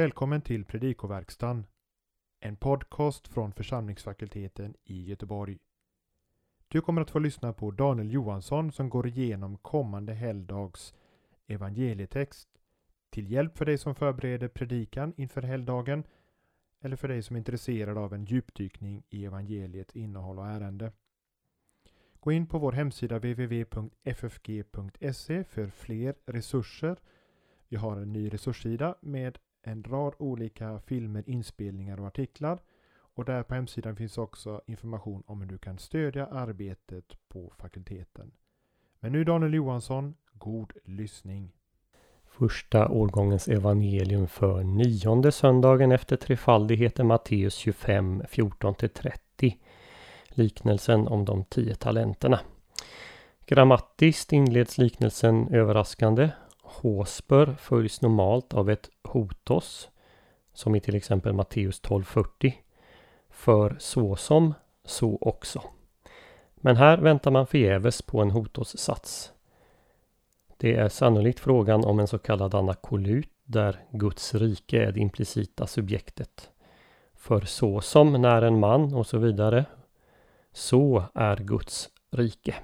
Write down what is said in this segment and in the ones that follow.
Välkommen till Predikoverkstan, en podcast från församlingsfakulteten i Göteborg. Du kommer att få lyssna på Daniel Johansson som går igenom kommande helgdags evangelietext till hjälp för dig som förbereder predikan inför helgdagen eller för dig som är intresserad av en djupdykning i evangeliets innehåll och ärende. Gå in på vår hemsida www.ffg.se för fler resurser. Vi har en ny resurssida med en rad olika filmer, inspelningar och artiklar. Och där på hemsidan finns också information om hur du kan stödja arbetet på fakulteten. Men nu Daniel Johansson, god lyssning. Första årgångens evangelium för 9:e söndagen efter trefaldighet är Matteus 25, 14-30. Liknelsen om de 10 talenterna. Grammatiskt inleds liknelsen överraskande. Hosper följs normalt av ett hotos, som i till exempel Matteus 12:40. För så som, så också. Men här väntar man förgäves på en hotossats. Det är sannolikt frågan om en så kallad anakolut där Guds rike är det implicita subjektet. För så som när en man och så vidare, så är Guds rike.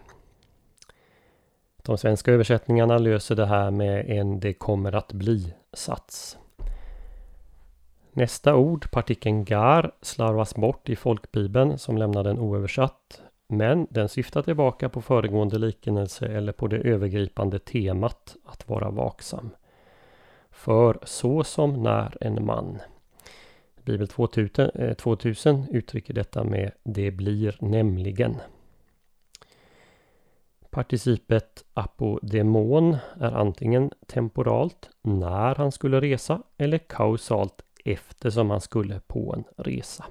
De svenska översättningarna löser det här med en det kommer att bli-sats. Nästa ord, partikeln gar, slarvas bort i folkbibeln som lämnar den oöversatt. Men den syftar tillbaka på föregående liknelse eller på det övergripande temat att vara vaksam. För så som när en man. Bibel 2000 uttrycker detta med det blir nämligen. Participet apodemon är antingen temporalt när han skulle resa eller kausalt eftersom han skulle på en resa.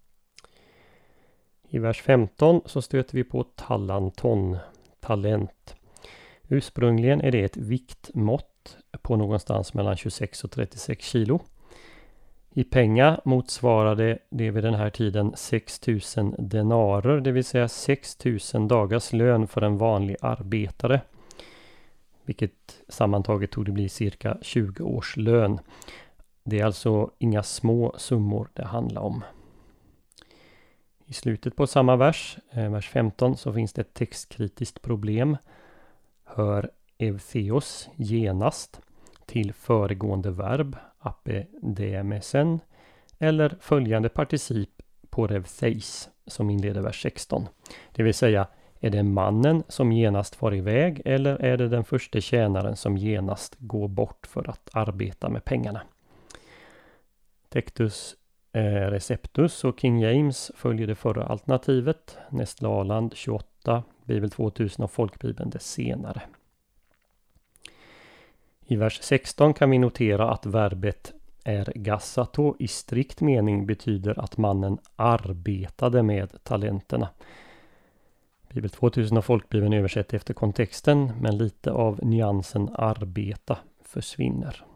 I vers 15 så stöter vi på talanton, talent. Ursprungligen är det ett viktmått på någonstans mellan 26 och 36 kilo. I pengar motsvarade det vid den här tiden 6000 denarer, det vill säga 6000 dagars lön för en vanlig arbetare. Vilket sammantaget tog det bli cirka 20 års lön. Det är alltså inga små summor det handlar om. I slutet på samma vers 15, så finns det ett textkritiskt problem. Hör evtheos genast till föregående verb apedemesen eller följande particip på revtheis som inleder vers 16. Det vill säga, är det mannen som genast far iväg eller är det den första tjänaren som genast går bort för att arbeta med pengarna? Tectus Receptus och King James följer det förra alternativet. Nestle Aland 28, Bibel 2000 och Folkbibeln det senare. I vers 16 kan vi notera att verbet är gassato i strikt mening betyder att mannen arbetade med talenterna. Bibel 2000 och Folkbibeln översätter efter kontexten, men lite av nyansen arbeta försvinner.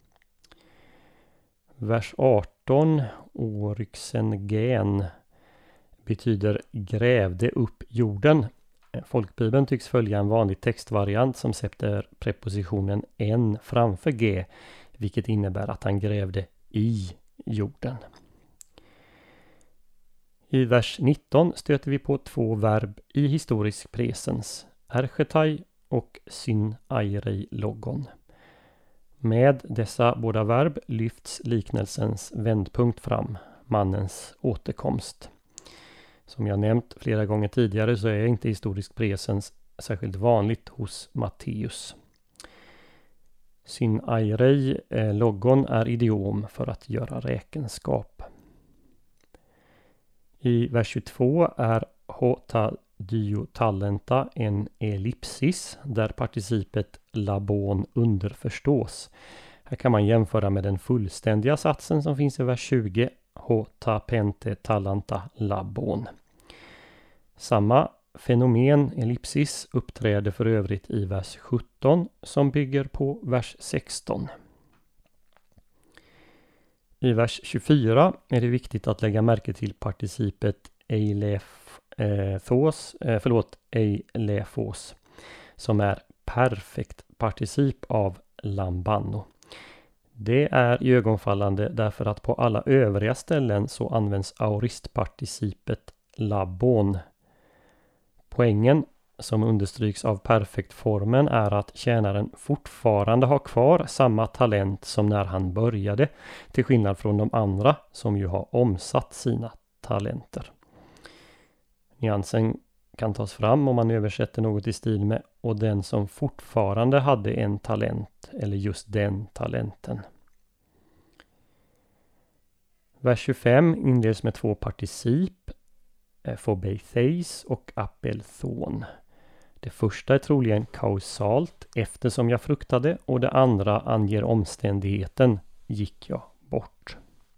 Vers 18, oryxengen, betyder grävde upp jorden. Folkbibeln tycks följa en vanlig textvariant som sätter prepositionen en framför g, vilket innebär att han grävde i jorden. I vers 19 stöter vi på 2 verb i historisk presens, erchetai och synairei logon. Med dessa båda verb lyfts liknelsens vändpunkt fram, mannens återkomst. Som jag nämnt flera gånger tidigare så är inte historisk presens särskilt vanligt hos Matteus. Synairei logon är idiom för att göra räkenskap. I vers 22 är hota dio talenta en ellipsis där participet labon underförstås. Här kan man jämföra med den fullständiga satsen som finns i vers 20, hota pente talanta labon. Samma fenomen ellipsis uppträder för övrigt i vers 17 som bygger på vers 16. I vers 24 är det viktigt att lägga märke till participet eilefos som är perfekt particip av lambano. Det är iögonfallande därför att på alla övriga ställen så används aoristparticipet labon. Poängen som understryks av perfektformen är att tjänaren fortfarande har kvar samma talent som när han började, till skillnad från de andra som ju har omsatt sina talenter. Nyansen kan tas fram om man översätter något i stil med och den som fortfarande hade en talent eller just den talenten. Vers 25 inleds med 2 particip, phobetheis och apelthon. Det första är troligen kausalt, eftersom jag fruktade, och det andra anger omständigheten, gick jag bort.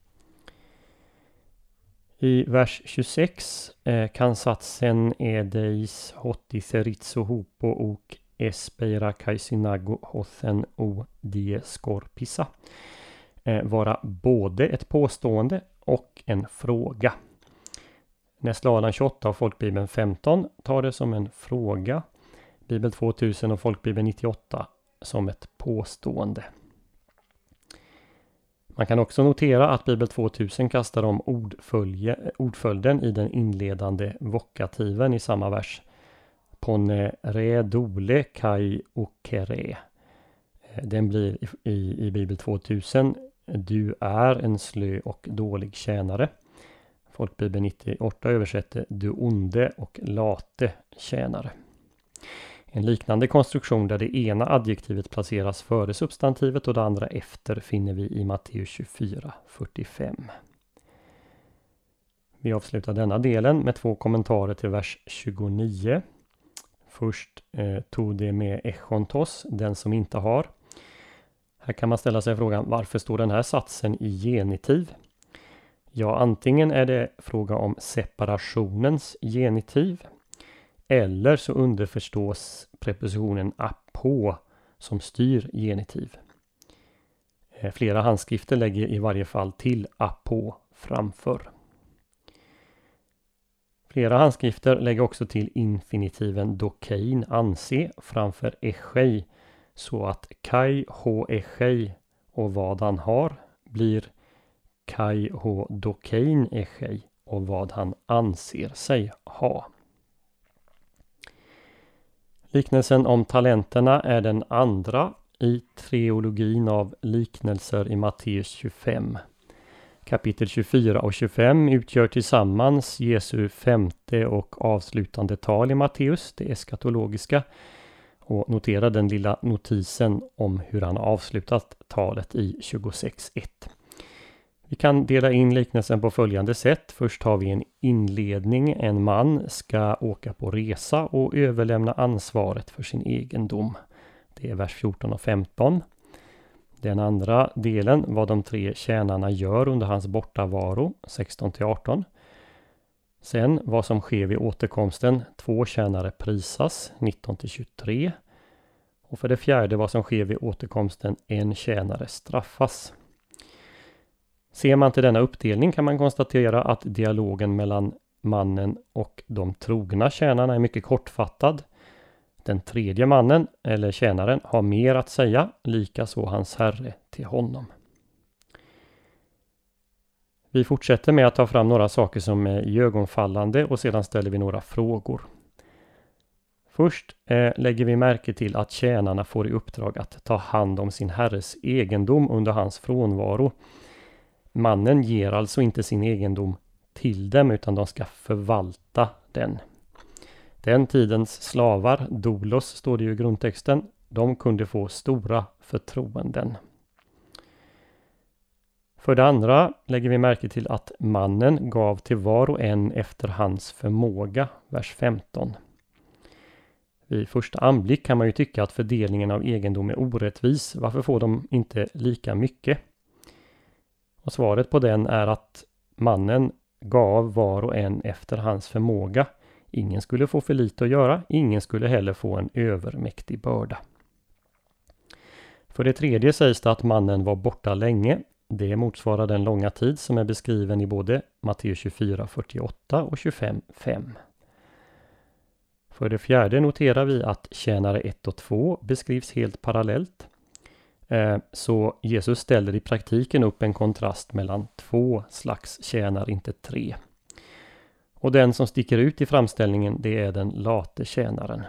I vers 26 kan satsen edeis hoti seritso hopo och espeira kaisinago hothen o die skorpisa vara både ett påstående och en fråga. Nästladan 28 och folkbibeln 15 tar det som en fråga. Bibel 2000 och folkbibeln 98 som ett påstående. Man kan också notera att Bibel 2000 kastar om ordföljden i den inledande vokativen i samma vers. Pone re dole kai okere. Den blir i Bibel 2000 du är en slö och dålig tjänare. Folkbibeln 98 översätter du onde och late tjänare. En liknande konstruktion där det ena adjektivet placeras före substantivet och det andra efter finner vi i Matteus 24:45. Vi avslutar denna delen med 2 kommentarer till vers 29. Först tog det med echontos, den som inte har. Här kan man ställa sig frågan, varför står den här satsen i genitiv? Ja, antingen är det fråga om separationens genitiv, eller så underförstås prepositionen apo som styr genitiv. Flera handskrifter lägger i varje fall till apo framför. Flera handskrifter lägger också till infinitiven dokein, anse, framför echei, så att kai ho echei och vad han har blir kai ho dokein echei och vad han anser sig ha. Liknelsen om talenterna är den andra i triologin av liknelser i Matteus 25. Kapitel 24 och 25 utgör tillsammans Jesu 5:e och avslutande tal i Matteus, det eskatologiska. Och notera den lilla notisen om hur han avslutat talet i 26:1. Vi kan dela in liknelsen på följande sätt. Först har vi en inledning. En man ska åka på resa och överlämna ansvaret för sin egendom. Det är vers 14 och 15. Den andra delen, vad de 3 tjänarna gör under hans bortavaro, 16-18. Sen vad som sker vid återkomsten, 2 tjänare prisas, 19-23. Och för det fjärde vad som sker vid återkomsten, 1 tjänare straffas. Ser man till denna uppdelning kan man konstatera att dialogen mellan mannen och de trogna tjänarna är mycket kortfattad. Den tredje mannen eller tjänaren har mer att säga, likaså hans herre till honom. Vi fortsätter med att ta fram några saker som är iögonfallande och sedan ställer vi några frågor. Först lägger vi märke till att tjänarna får i uppdrag att ta hand om sin herres egendom under hans frånvaro. Mannen ger alltså inte sin egendom till dem utan de ska förvalta den. Den tidens slavar, doulos står det ju i grundtexten, de kunde få stora förtroenden. För det andra lägger vi märke till att mannen gav till var och en efter hans förmåga, vers 15. Vid första anblick kan man ju tycka att fördelningen av egendom är orättvis. Varför får de inte lika mycket? Och svaret på den är att mannen gav var och en efter hans förmåga. Ingen skulle få för lite att göra, ingen skulle heller få en övermäktig börda. För det tredje sägs det att mannen var borta länge. Det motsvarar den långa tid som är beskriven i både Matteus 24:48 och 25:5. För det fjärde noterar vi att tjänare 1 och 2 beskrivs helt parallellt. Så Jesus ställer i praktiken upp en kontrast mellan 2 slags tjänare, inte 3. Och den som sticker ut i framställningen, det är den late tjänaren.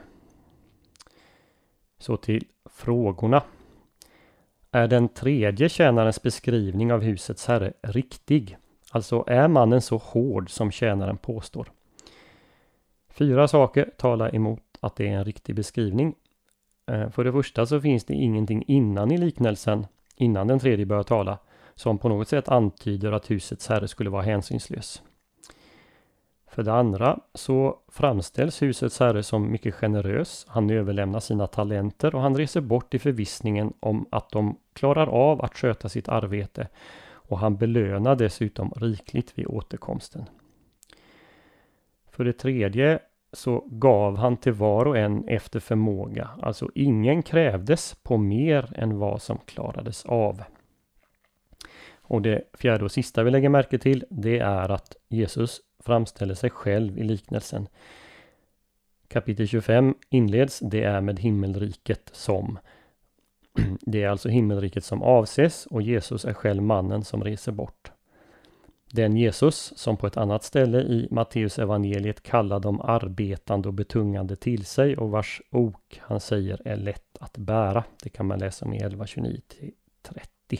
Så till frågorna. Är den tredje tjänarens beskrivning av husets herre riktig? Alltså är mannen så hård som tjänaren påstår? 4 saker talar emot att det är en riktig beskrivning. För det första så finns det ingenting innan i liknelsen, innan den tredje börjar tala, som på något sätt antyder att husets herre skulle vara hänsynslös. För det andra så framställs husets herre som mycket generös. Han överlämnar sina talenter och han reser bort i förvissningen om att de klarar av att sköta sitt arbete. Och han belönar dessutom rikligt vid återkomsten. För det tredje så gav han till var och en efter förmåga. Alltså ingen krävdes på mer än vad som klarades av. Och det fjärde och sista vi lägger märke till, det är att Jesus framställer sig själv i liknelsen. Kapitel 25 inleds, det är med himmelriket som. Det är alltså himmelriket som avses och Jesus är själv mannen som reser bort. Den Jesus som på ett annat ställe i Matteus evangeliet kallar de arbetande och betungande till sig och vars ok han säger är lätt att bära. Det kan man läsa om i 11:29-30.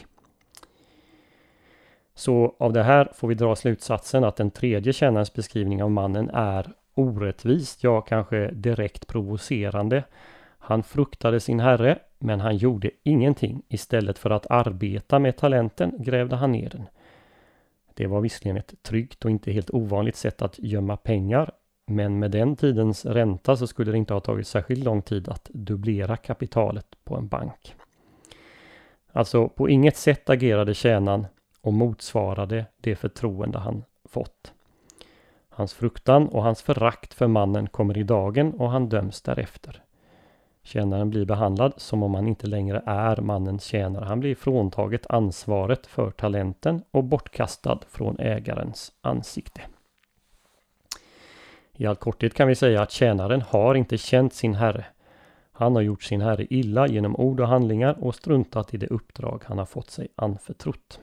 Så av det här får vi dra slutsatsen att den tredje tjänarens beskrivning av mannen är orättvist, ja kanske direkt provocerande. Han fruktade sin herre, men han gjorde ingenting. Istället för att arbeta med talenten grävde han ner den. Det var visserligen ett tryggt och inte helt ovanligt sätt att gömma pengar, men med den tidens ränta så skulle det inte ha tagit särskilt lång tid att dubblera kapitalet på en bank. Alltså på inget sätt agerade tjänaren och motsvarade det förtroende han fått. Hans fruktan och hans förakt för mannen kommer i dagen och han döms därefter. Tjänaren blir behandlad som om han inte längre är mannens tjänare. Han blir fråntaget ansvaret för talenten och bortkastad från ägarens ansikte. I all korthet kan vi säga att tjänaren har inte känt sin herre. Han har gjort sin herre illa genom ord och handlingar och struntat i det uppdrag han har fått sig anförtrott.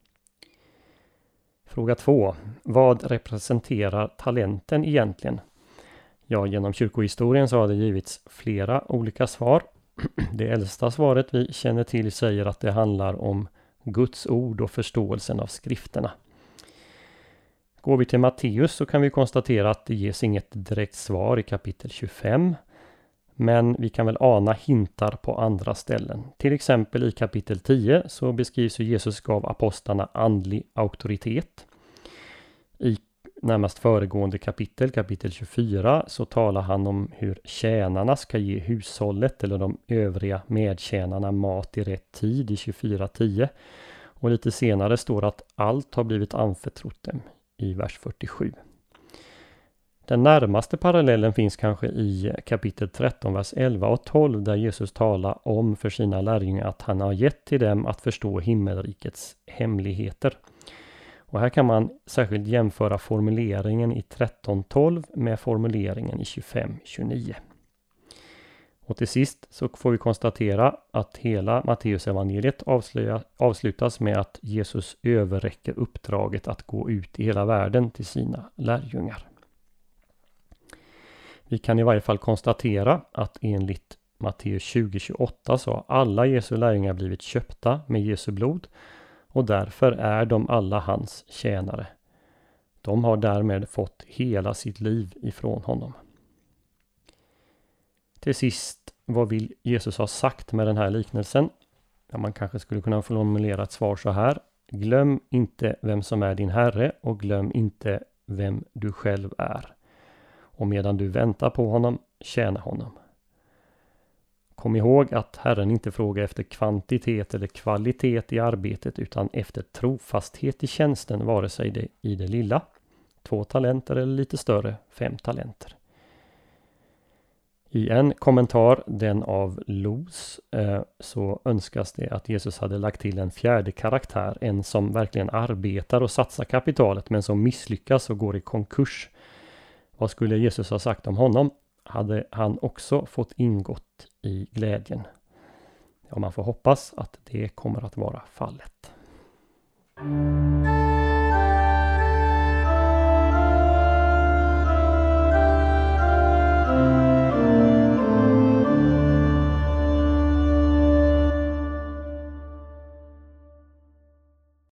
Fråga 2. Vad representerar talenten egentligen? Ja, genom kyrkohistorien så har det givits flera olika svar. Det äldsta svaret vi känner till säger att det handlar om Guds ord och förståelsen av skrifterna. Går vi till Matteus så kan vi konstatera att det ges inget direkt svar i kapitel 25. Men vi kan väl ana hintar på andra ställen. Till exempel i kapitel 10 så beskrivs hur Jesus gav apostlarna andlig auktoritet. I närmast föregående kapitel 24, så talar han om hur tjänarna ska ge hushållet eller de övriga medtjänarna mat i rätt tid i 24:10. Och lite senare står att allt har blivit anförtrott dem i vers 47. Den närmaste parallellen finns kanske i kapitel 13, vers 11 och 12 där Jesus talar om för sina lärjungar att han har gett till dem att förstå himmelrikets hemligheter. Och här kan man särskilt jämföra formuleringen i 13:12 med formuleringen i 25:29. Och till sist så får vi konstatera att hela Matteus evangeliet avslutas med att Jesus överräcker uppdraget att gå ut i hela världen till sina lärjungar. Vi kan i varje fall konstatera att enligt Matteus 20:28 så har alla Jesu lärjungar blivit köpta med Jesu blod och därför är de alla hans tjänare. De har därmed fått hela sitt liv ifrån honom. Till sist, vad vill Jesus ha sagt med den här liknelsen? Ja, man kanske skulle kunna formulera ett svar så här. Glöm inte vem som är din herre och glöm inte vem du själv är. Och medan du väntar på honom, tjäna honom. Kom ihåg att Herren inte frågar efter kvantitet eller kvalitet i arbetet utan efter trofasthet i tjänsten, vare sig det i det lilla, 2 talenter eller lite större, 5 talenter. I en kommentar, den av Los, så önskas det att Jesus hade lagt till en 4:e karaktär, en som verkligen arbetar och satsar kapitalet men som misslyckas och går i konkurs. Vad skulle Jesus ha sagt om honom? Hade han också fått ingått i glädjen? Ja, man får hoppas att det kommer att vara fallet.